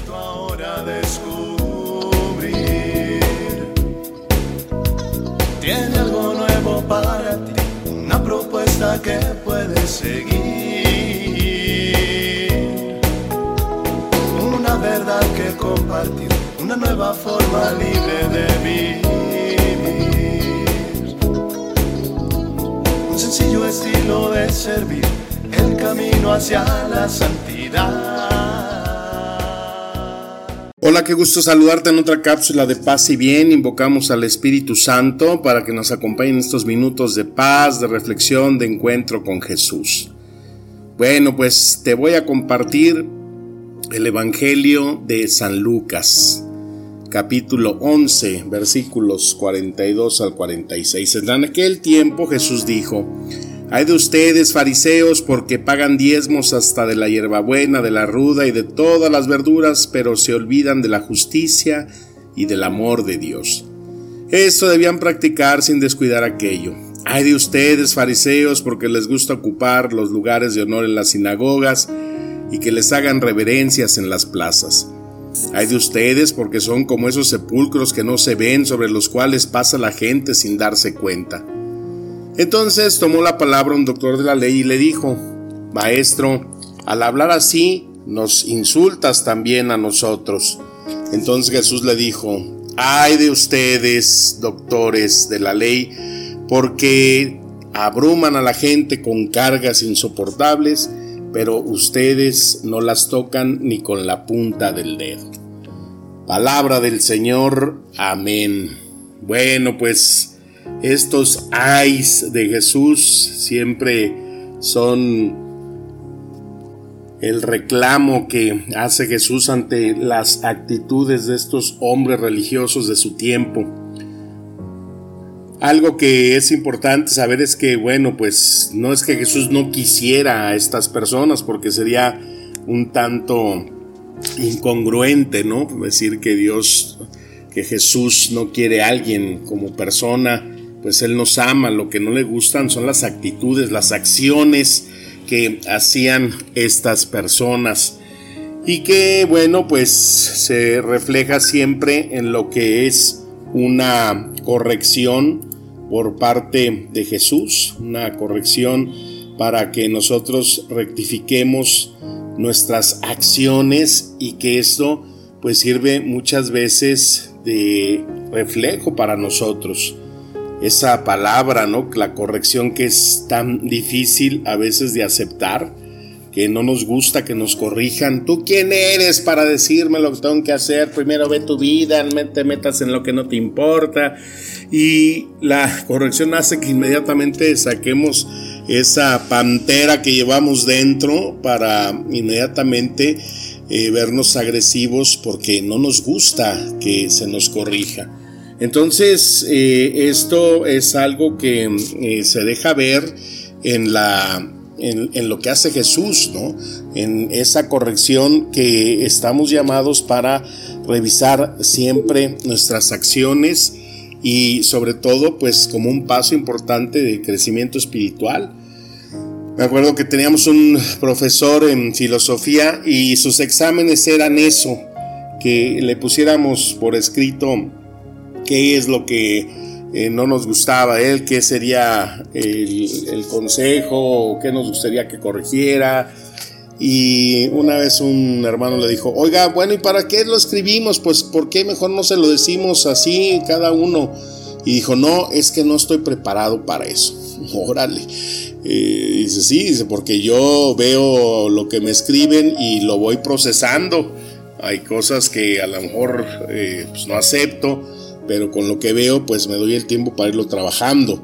dispuesto ahora a descubrir. Tiene algo nuevo para ti, una propuesta que puedes seguir, una verdad que compartir, una nueva forma libre de vivir, un sencillo estilo de servir, el camino hacia la santidad. Hola, qué gusto saludarte en otra cápsula de paz y bien. Invocamos al Espíritu Santo para que nos acompañe en estos minutos de paz, de reflexión, de encuentro con Jesús. Bueno, pues te voy a compartir el Evangelio de San Lucas, capítulo 11, versículos 42 al 46. En aquel tiempo Jesús dijo: Ay de ustedes, fariseos, porque pagan diezmos hasta de la hierbabuena, de la ruda y de todas las verduras, pero se olvidan de la justicia y del amor de Dios. Esto debían practicar sin descuidar aquello. Ay de ustedes, fariseos, porque les gusta ocupar los lugares de honor en las sinagogas y que les hagan reverencias en las plazas. Ay de ustedes, porque son como esos sepulcros que no se ven, sobre los cuales pasa la gente sin darse cuenta. Entonces tomó la palabra un doctor de la ley y le dijo: Maestro, al hablar así, nos insultas también a nosotros. Entonces Jesús le dijo: Ay de ustedes, doctores de la ley, porque abruman a la gente con cargas insoportables, pero ustedes no las tocan ni con la punta del dedo. Palabra del Señor. Amén. Bueno, pues estos ayes de Jesús siempre son el reclamo que hace Jesús ante las actitudes de estos hombres religiosos de su tiempo. Algo que es importante saber es que, bueno, pues no es que Jesús no quisiera a estas personas, porque sería un tanto incongruente, ¿no? Decir que Jesús no quiere a alguien como persona. Pues Él nos ama. Lo que no le gustan son las actitudes, las acciones que hacían estas personas, y que, bueno, pues se refleja siempre en lo que es una corrección por parte de Jesús, una corrección para que nosotros rectifiquemos nuestras acciones, y que esto pues sirve muchas veces de reflejo para nosotros. Esa palabra, ¿no? La corrección, que es tan difícil a veces de aceptar, que no nos gusta que nos corrijan. ¿Tú quién eres para decirme lo que tengo que hacer? Primero ve tu vida, no te metas en lo que no te importa. Y la corrección hace que inmediatamente saquemos esa pantera que llevamos dentro para inmediatamente vernos agresivos, porque no nos gusta que se nos corrija. Entonces esto es algo que se deja ver en lo que hace Jesús, ¿no? En esa corrección que estamos llamados para revisar siempre nuestras acciones, y sobre todo pues como un paso importante de crecimiento espiritual. Me acuerdo que teníamos un profesor en filosofía y sus exámenes eran eso, que le pusiéramos por escrito qué es lo que no nos gustaba a él, qué sería el consejo, o qué nos gustaría que corrigiera. Y una vez un hermano le dijo: oiga, bueno, ¿y para qué lo escribimos? Pues ¿por qué mejor no se lo decimos así cada uno? Y dijo: no, es que no estoy preparado para eso. Órale. Dice: sí, dice, porque yo veo lo que me escriben y lo voy procesando. Hay cosas que a lo mejor pues no acepto, pero con lo que veo pues me doy el tiempo para irlo trabajando.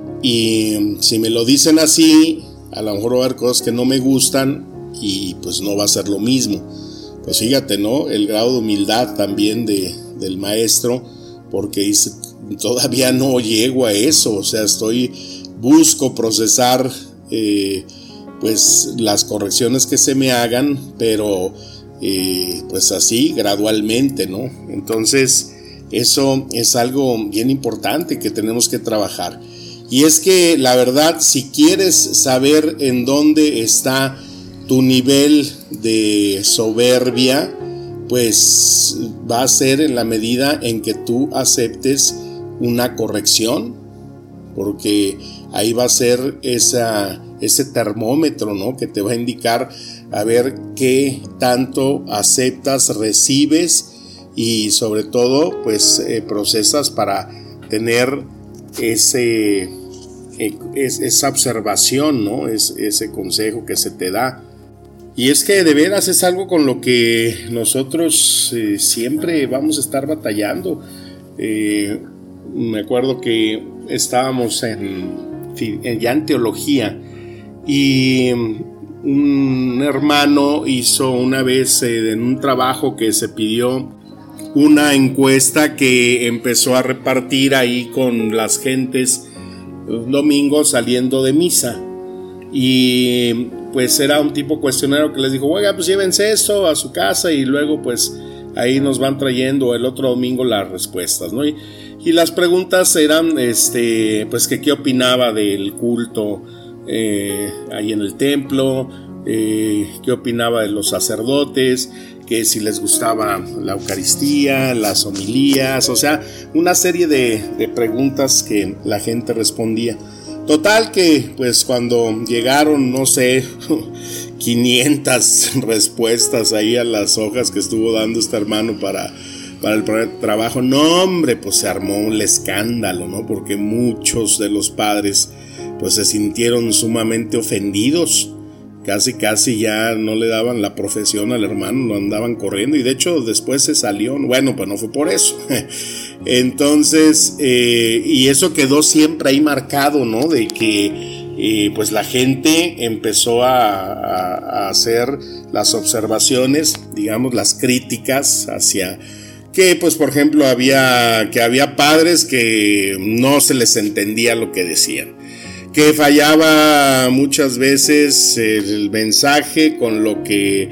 Y si me lo dicen así, a lo mejor va a haber cosas que no me gustan y pues no va a ser lo mismo. Pues fíjate, ¿no? El grado de humildad también del maestro, porque dice: todavía no llego a eso, o sea, busco procesar pues las correcciones que se me hagan, pero pues así gradualmente, ¿no? Entonces eso es algo bien importante que tenemos que trabajar. Y es que la verdad, si quieres saber en dónde está tu nivel de soberbia, pues va a ser en la medida en que tú aceptes una corrección, porque ahí va a ser ese termómetro, ¿no?, que te va a indicar a ver qué tanto aceptas, recibes y sobre todo pues procesas para tener esa observación, ¿no?, ese consejo que se te da. Y es que de veras es algo con lo que nosotros siempre vamos a estar batallando. Me acuerdo que estábamos ya en teología y un hermano hizo una vez en un trabajo que se pidió una encuesta que empezó a repartir ahí con las gentes un domingo saliendo de misa, y pues era un tipo cuestionario que les dijo: oiga, pues llévense esto a su casa y luego pues ahí nos van trayendo el otro domingo las respuestas, ¿no? Y las preguntas eran pues que qué opinaba del culto ahí en el templo, qué opinaba de los sacerdotes, que si les gustaba la Eucaristía, las homilías, o sea, una serie de preguntas que la gente respondía. Total que pues cuando llegaron, no sé, 500 respuestas ahí a las hojas que estuvo dando este hermano para el trabajo, no hombre, pues se armó un escándalo, ¿no? Porque muchos de los padres pues se sintieron sumamente ofendidos, casi ya no le daban la profesión al hermano, lo andaban corriendo, y de hecho después se salió. Bueno, pues no fue por eso. Entonces, y eso quedó siempre ahí marcado, ¿no? De que pues la gente empezó a hacer las observaciones, digamos, las críticas hacia que, pues, por ejemplo, había padres que no se les entendía lo que decían, que fallaba muchas veces el mensaje con lo que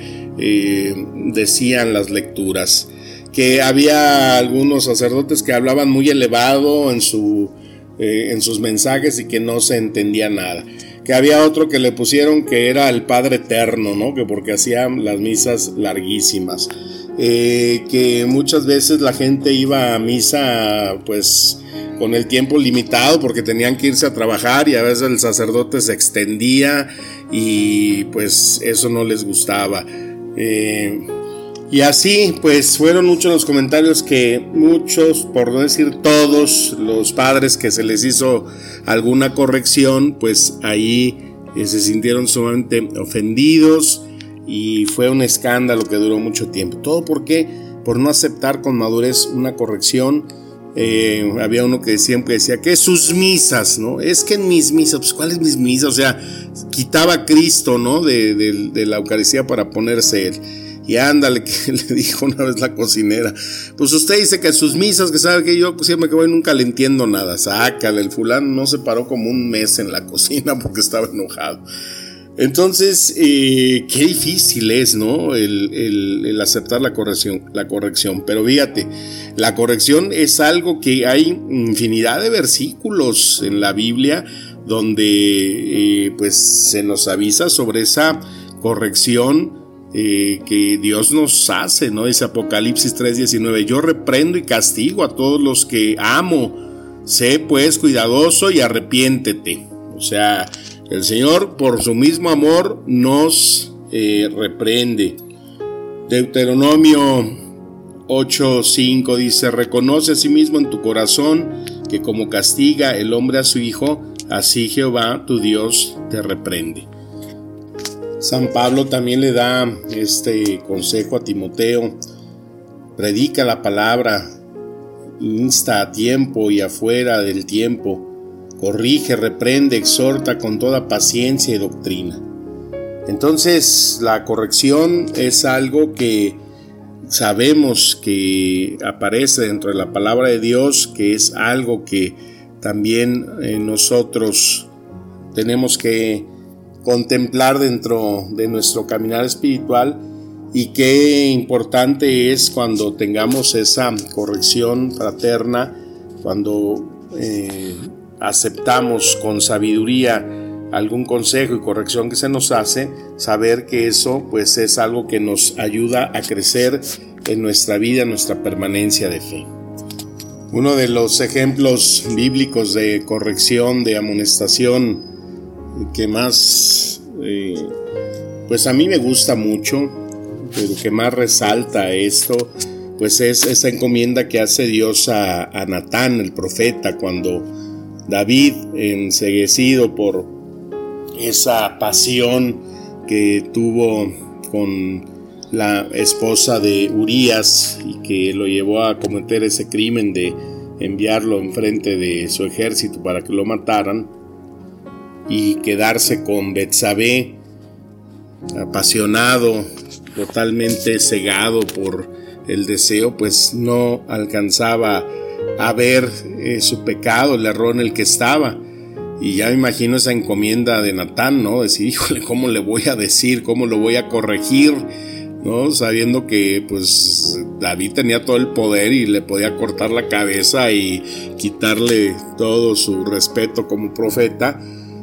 decían las lecturas, que había algunos sacerdotes que hablaban muy elevado en sus mensajes y que no se entendía nada, que había otro que le pusieron que era el Padre Eterno, ¿no?, que porque hacían las misas larguísimas, que muchas veces la gente iba a misa pues con el tiempo limitado porque tenían que irse a trabajar, y a veces el sacerdote se extendía y pues eso no les gustaba. Y así pues fueron muchos los comentarios que muchos, por no decir todos, los padres que se les hizo alguna corrección, pues ahí se sintieron sumamente ofendidos, y fue un escándalo que duró mucho tiempo. Todo porque por no aceptar con madurez una corrección. Había uno que siempre decía que sus misas, ¿no? Es que en mis misas, pues ¿cuáles mis misas? O sea, quitaba a Cristo, ¿no?, de la Eucaristía para ponerse él. Y ándale, que le dijo una vez la cocinera: pues usted dice que sus misas, que sabe que yo siempre que voy nunca le entiendo nada. Sácale, el fulano no se paró como un mes en la cocina porque estaba enojado. Entonces, qué difícil es, ¿no?, el aceptar la corrección. Pero fíjate, la corrección es algo que hay infinidad de versículos en la Biblia donde pues se nos avisa sobre esa corrección que Dios nos hace, ¿no? Dice Apocalipsis 3:19: yo reprendo y castigo a todos los que amo, sé pues cuidadoso y arrepiéntete. O sea, el Señor por su mismo amor nos reprende. Deuteronomio 8:5 dice: reconoce a sí mismo en tu corazón que como castiga el hombre a su hijo, así Jehová tu Dios te reprende. San Pablo también le da este consejo a Timoteo: predica la palabra, insta a tiempo y afuera del tiempo, corrige, reprende, exhorta con toda paciencia y doctrina. Entonces, la corrección es algo que sabemos que aparece dentro de la palabra de Dios, que es algo que también nosotros tenemos que contemplar dentro de nuestro caminar espiritual, y qué importante es cuando tengamos esa corrección fraterna, cuando aceptamos con sabiduría algún consejo y corrección que se nos hace, saber que eso pues es algo que nos ayuda a crecer en nuestra vida, en nuestra permanencia de fe. Uno de los ejemplos bíblicos de corrección, de amonestación, que más, pues a mí me gusta mucho, pero que más resalta esto, pues es esa encomienda que hace Dios a Natán, el profeta, cuando David, enceguecido por esa pasión que tuvo con la esposa de Urías y que lo llevó a cometer ese crimen de enviarlo enfrente de su ejército para que lo mataran y quedarse con Betsabé, apasionado, totalmente cegado por el deseo, pues no alcanzaba a ver su pecado, el error en el que estaba. Y ya me imagino esa encomienda de Natán, ¿no? Decir, híjole, ¿cómo le voy a decir? ¿Cómo lo voy a corregir? ¿No? Sabiendo que pues David tenía todo el poder y le podía cortar la cabeza y quitarle todo su respeto como profeta,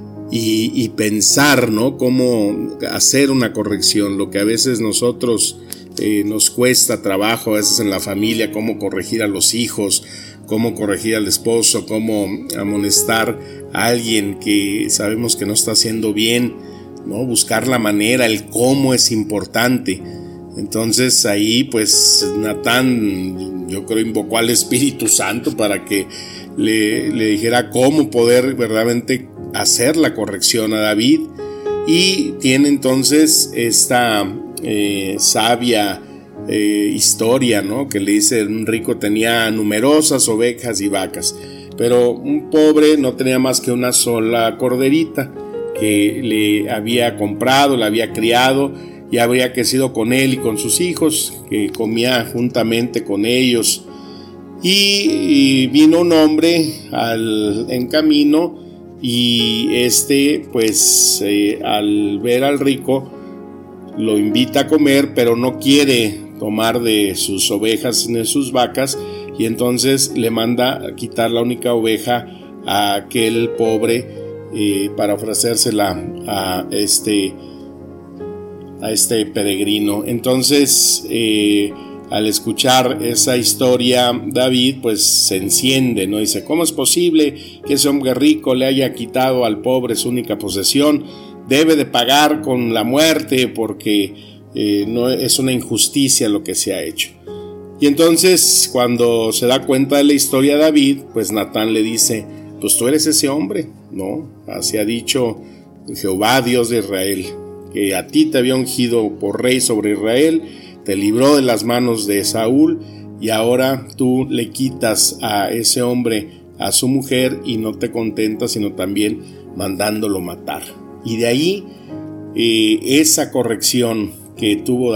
y pensar, ¿no? Cómo hacer una corrección, lo que a veces nosotros nos cuesta trabajo, a veces en la familia, cómo corregir a los hijos, cómo corregir al esposo, cómo amonestar a alguien que sabemos que no está haciendo bien, ¿no? Buscar la manera, el cómo es importante. Entonces ahí pues Natán, yo creo, invocó al Espíritu Santo para que le dijera cómo poder verdaderamente hacer la corrección a David, y tiene entonces esta sabia historia, ¿no? Que le dice: un rico tenía numerosas ovejas y vacas, pero un pobre no tenía más que una sola corderita que le había comprado, la había criado y habría crecido con él y con sus hijos, que comía juntamente con ellos. Y vino un hombre en camino, y pues al ver al rico lo invita a comer, pero no quiere tomar de sus ovejas ni de sus vacas, y entonces le manda a quitar la única oveja a aquel pobre para ofrecérsela a este peregrino. Entonces al escuchar esa historia, David pues se enciende, ¿no? Dice: ¿cómo es posible que ese hombre rico le haya quitado al pobre su única posesión? Debe de pagar con la muerte, porque no es una injusticia lo que se ha hecho. Y entonces, cuando se da cuenta de la historia de David, pues Natán le dice: pues tú eres ese hombre, ¿no? Así ha dicho Jehová, Dios de Israel, que a ti te había ungido por rey sobre Israel, te libró de las manos de Saúl, y ahora tú le quitas a ese hombre a su mujer y no te contentas, sino también mandándolo matar. Y de ahí esa corrección que tuvo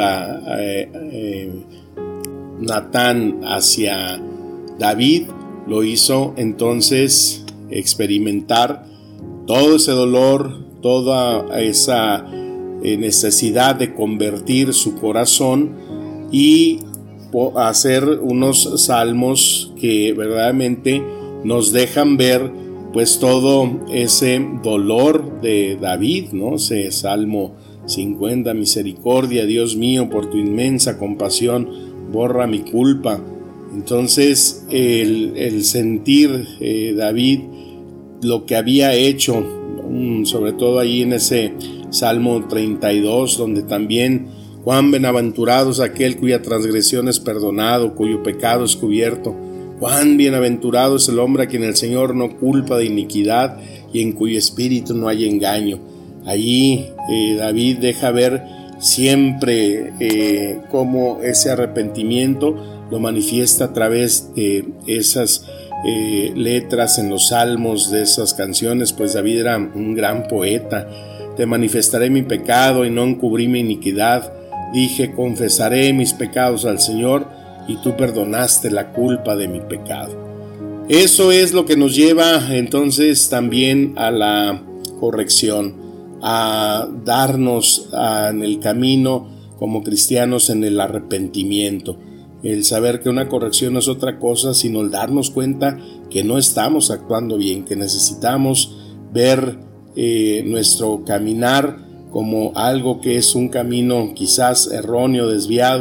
Natán hacia David lo hizo entonces experimentar todo ese dolor, toda esa necesidad de convertir su corazón y hacer unos salmos que verdaderamente nos dejan ver pues todo ese dolor de David, ¿no? Ese Salmo 50, misericordia, Dios mío, por tu inmensa compasión, borra mi culpa. Entonces el sentir David lo que había hecho, sobre todo ahí en ese Salmo 32, donde también: cuán bienaventurado es aquel cuya transgresión es perdonado, cuyo pecado es cubierto. Cuán bienaventurado es el hombre a quien el Señor no culpa de iniquidad y en cuyo espíritu no hay engaño. Allí David deja ver siempre cómo ese arrepentimiento lo manifiesta a través de esas letras en los salmos, de esas canciones. Pues David era un gran poeta. Te manifestaré mi pecado y no encubrí mi iniquidad. Dije: confesaré mis pecados al Señor, y tú perdonaste la culpa de mi pecado. Eso es lo que nos lleva entonces también a la corrección, a darnos en el camino como cristianos en el arrepentimiento. El saber que una corrección no es otra cosa sino el darnos cuenta que no estamos actuando bien, que necesitamos ver nuestro caminar como algo que es un camino quizás erróneo, desviado,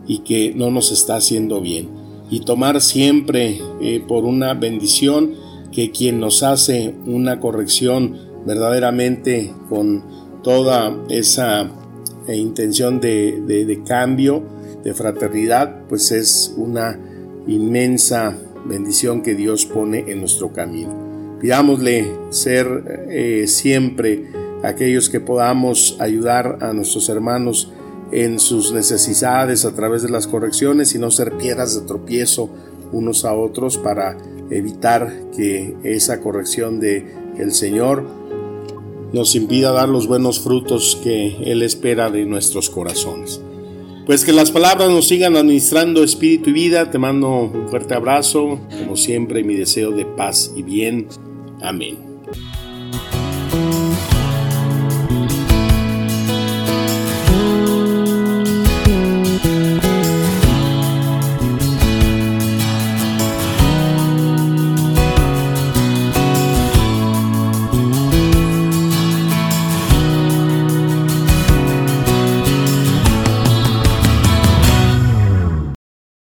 y que no nos está haciendo bien. Y tomar siempre por una bendición que quien nos hace una corrección verdaderamente con toda esa intención de cambio, de fraternidad, pues es una inmensa bendición que Dios pone en nuestro camino. Pidámosle ser siempre aquellos que podamos ayudar a nuestros hermanos en sus necesidades a través de las correcciones y no ser piedras de tropiezo unos a otros, para evitar que esa corrección del Señor nos impida dar los buenos frutos que Él espera de nuestros corazones. Pues que las palabras nos sigan administrando espíritu y vida. Te mando un fuerte abrazo, como siempre, mi deseo de paz y bien. Amén.